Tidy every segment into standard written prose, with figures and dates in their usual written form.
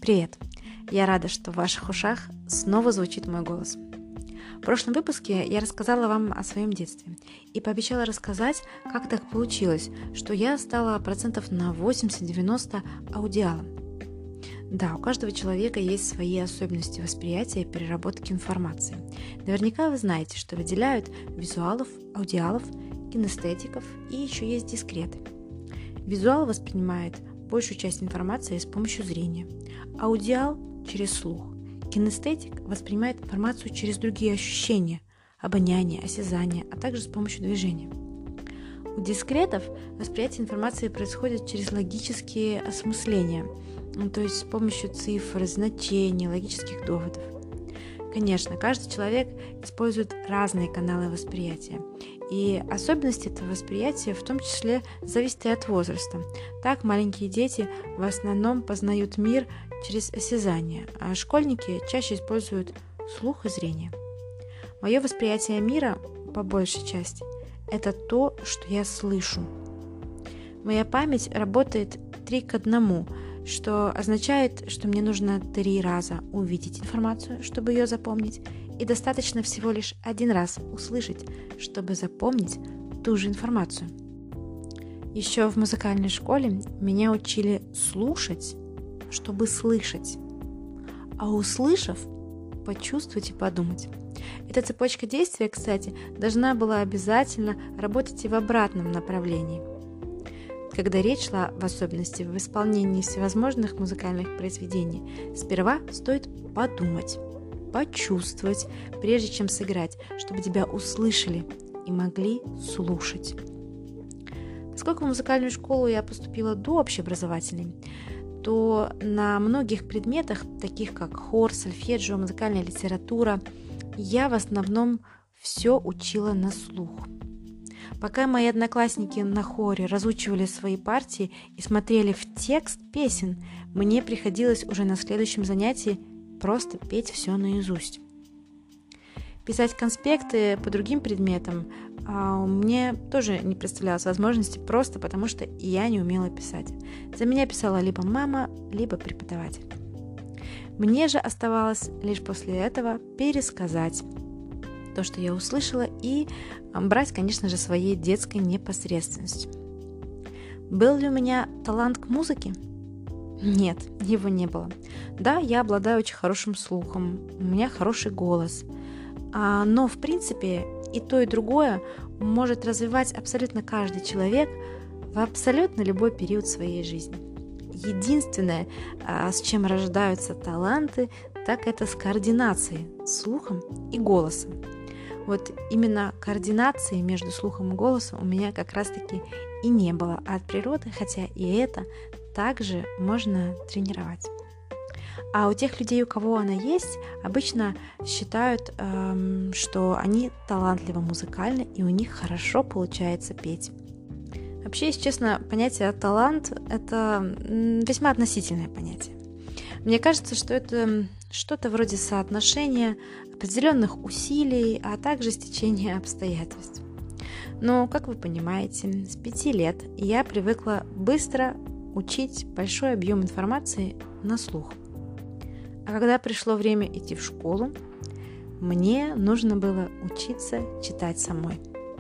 Привет! Я рада, что в ваших ушах снова звучит мой голос. В прошлом выпуске я рассказала вам о своем детстве и пообещала рассказать, как так получилось, что я стала процентов на 80-90 аудиалом. Да, у каждого человека есть свои особенности восприятия и переработки информации. Наверняка вы знаете, что выделяют визуалов, аудиалов, кинестетиков и еще есть дискреты. Визуал воспринимает большую часть информации с помощью зрения, аудиал – через слух, кинестетик воспринимает информацию через другие ощущения – обоняние, осязание, а также с помощью движения. У дискретов восприятие информации происходит через логические осмысления, то есть с помощью цифр, значений, логических доводов. Конечно, каждый человек использует разные каналы восприятия, и особенности этого восприятия в том числе зависят и от возраста. Так, маленькие дети в основном познают мир через осязание, а школьники чаще используют слух и зрение. Мое восприятие мира, по большей части, это то, что я слышу. Моя память работает 3 к 1, что означает, что мне нужно 3 раза увидеть информацию, чтобы ее запомнить, и достаточно всего лишь 1 раз услышать, чтобы запомнить ту же информацию. Еще в музыкальной школе меня учили слушать, чтобы слышать, а услышав, почувствовать и подумать. Эта цепочка действия, кстати, должна была обязательно работать и в обратном направлении. Когда речь шла, в особенности в исполнении всевозможных музыкальных произведений, сперва стоит подумать, почувствовать, прежде чем сыграть, чтобы тебя услышали и могли слушать. Поскольку в музыкальную школу я поступила до общеобразовательной, то на многих предметах, таких как хор, сольфеджио, музыкальная литература, я в основном все учила на слух. Пока мои одноклассники на хоре разучивали свои партии и смотрели в текст песен, мне приходилось уже на следующем занятии просто петь все наизусть. Писать конспекты по другим предметам мне тоже не представлялось возможности, просто потому что я не умела писать. За меня писала либо мама, либо преподаватель. Мне же оставалось лишь после этого пересказать то, что я услышала, и брать, конечно же, своей детской непосредственностью. Был ли у меня талант к музыке? Нет, его не было. Да, я обладаю очень хорошим слухом, у меня хороший голос, но, в принципе, и то, и другое может развивать абсолютно каждый человек в абсолютно любой период своей жизни. Единственное, с чем рождаются таланты, так это с координацией, слухом и голосом. Вот именно координации между слухом и голосом у меня как раз-таки и не было от природы, хотя и это также можно тренировать. А у тех людей, у кого она есть, обычно считают, что они талантливы музыкально и у них хорошо получается петь. Вообще, если честно, понятие «талант» — это весьма относительное понятие. Мне кажется, что это что-то вроде соотношения определенных усилий, а также стечения обстоятельств. Но, как вы понимаете, с 5 лет я привыкла быстро учить большой объем информации на слух. А когда пришло время идти в школу, мне нужно было учиться читать самой.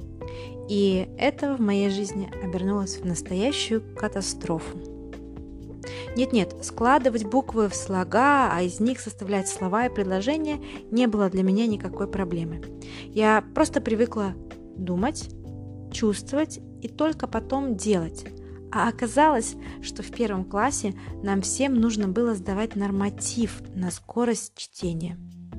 И это в моей жизни обернулось в настоящую катастрофу. Нет, складывать буквы в слога, а из них составлять слова и предложения не было для меня никакой проблемы. Я просто привыкла думать, чувствовать и только потом делать. А оказалось, что в 1 классе нам всем нужно было сдавать норматив на скорость чтения.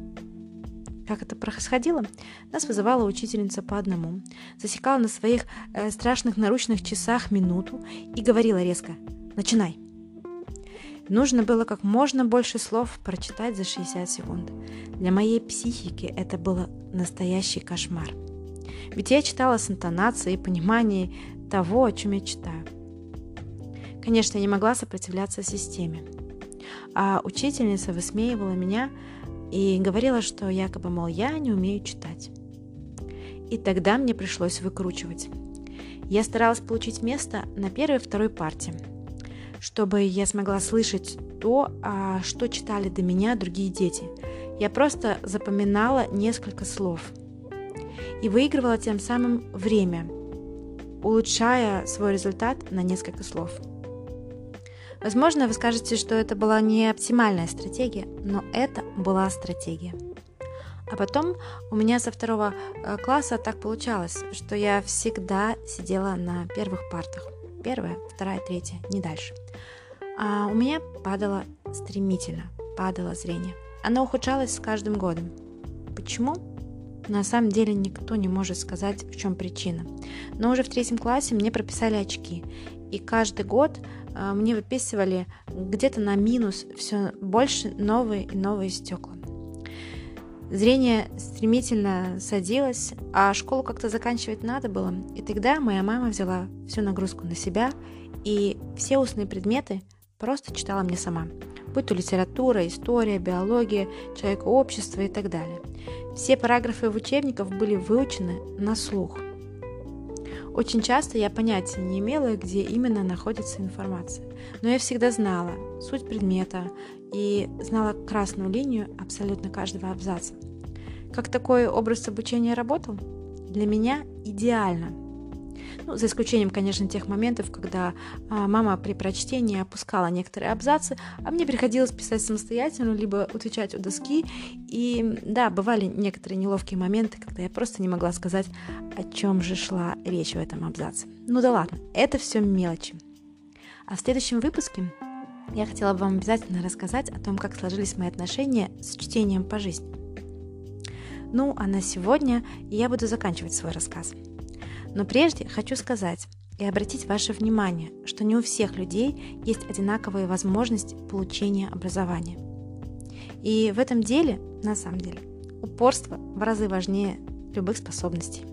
Как это происходило? Нас вызывала учительница по одному, засекала на своих страшных наручных часах минуту и говорила резко: «Начинай!». Нужно было как можно больше слов прочитать за 60 секунд. Для моей психики это было настоящий кошмар. Ведь я читала с интонацией и пониманием того, о чем я читаю. Конечно, я не могла сопротивляться системе. А учительница высмеивала меня и говорила, что якобы, мол, я не умею читать. И тогда мне пришлось выкручивать. Я старалась получить место на 1-й и 2-й партии. чтобы я смогла слышать то, что читали до меня другие дети. Я просто запоминала несколько слов и выигрывала тем самым время, улучшая свой результат на несколько слов. Возможно, вы скажете, что это была не оптимальная стратегия, но это была стратегия. А потом у меня со 2 класса так получалось, что я всегда сидела на первых партах. 1, 2, 3, не дальше. А у меня стремительно падало зрение. Оно ухудшалось с каждым годом. Почему? На самом деле никто не может сказать, в чем причина. Но уже в 3 классе мне прописали очки. И каждый год мне выписывали где-то на минус все больше новые и новые стекла. Зрение стремительно садилось, а школу как-то заканчивать надо было. И тогда моя мама взяла всю нагрузку на себя, и все устные предметы просто читала мне сама. Будь то литература, история, биология, человекообщество и так далее. Все параграфы в учебниках были выучены на слух. Очень часто я понятия не имела, где именно находится информация. Но я всегда знала суть предмета и знала красную линию абсолютно каждого абзаца. Как такой образ обучения работал? Для меня идеально. За исключением, конечно, тех моментов, когда мама при прочтении опускала некоторые абзацы, а мне приходилось писать самостоятельно, либо отвечать у доски. И да, бывали некоторые неловкие моменты, когда я просто не могла сказать, о чем же шла речь в этом абзаце. Да ладно, это все мелочи. А в следующем выпуске я хотела бы вам обязательно рассказать о том, как сложились мои отношения с чтением по жизни. А на сегодня я буду заканчивать свой рассказ. Но прежде хочу сказать и обратить ваше внимание, что не у всех людей есть одинаковые возможности получения образования. И в этом деле, на самом деле, упорство в разы важнее любых способностей.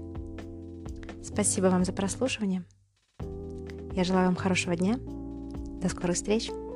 Спасибо вам за прослушивание. Я желаю вам хорошего дня. До скорых встреч.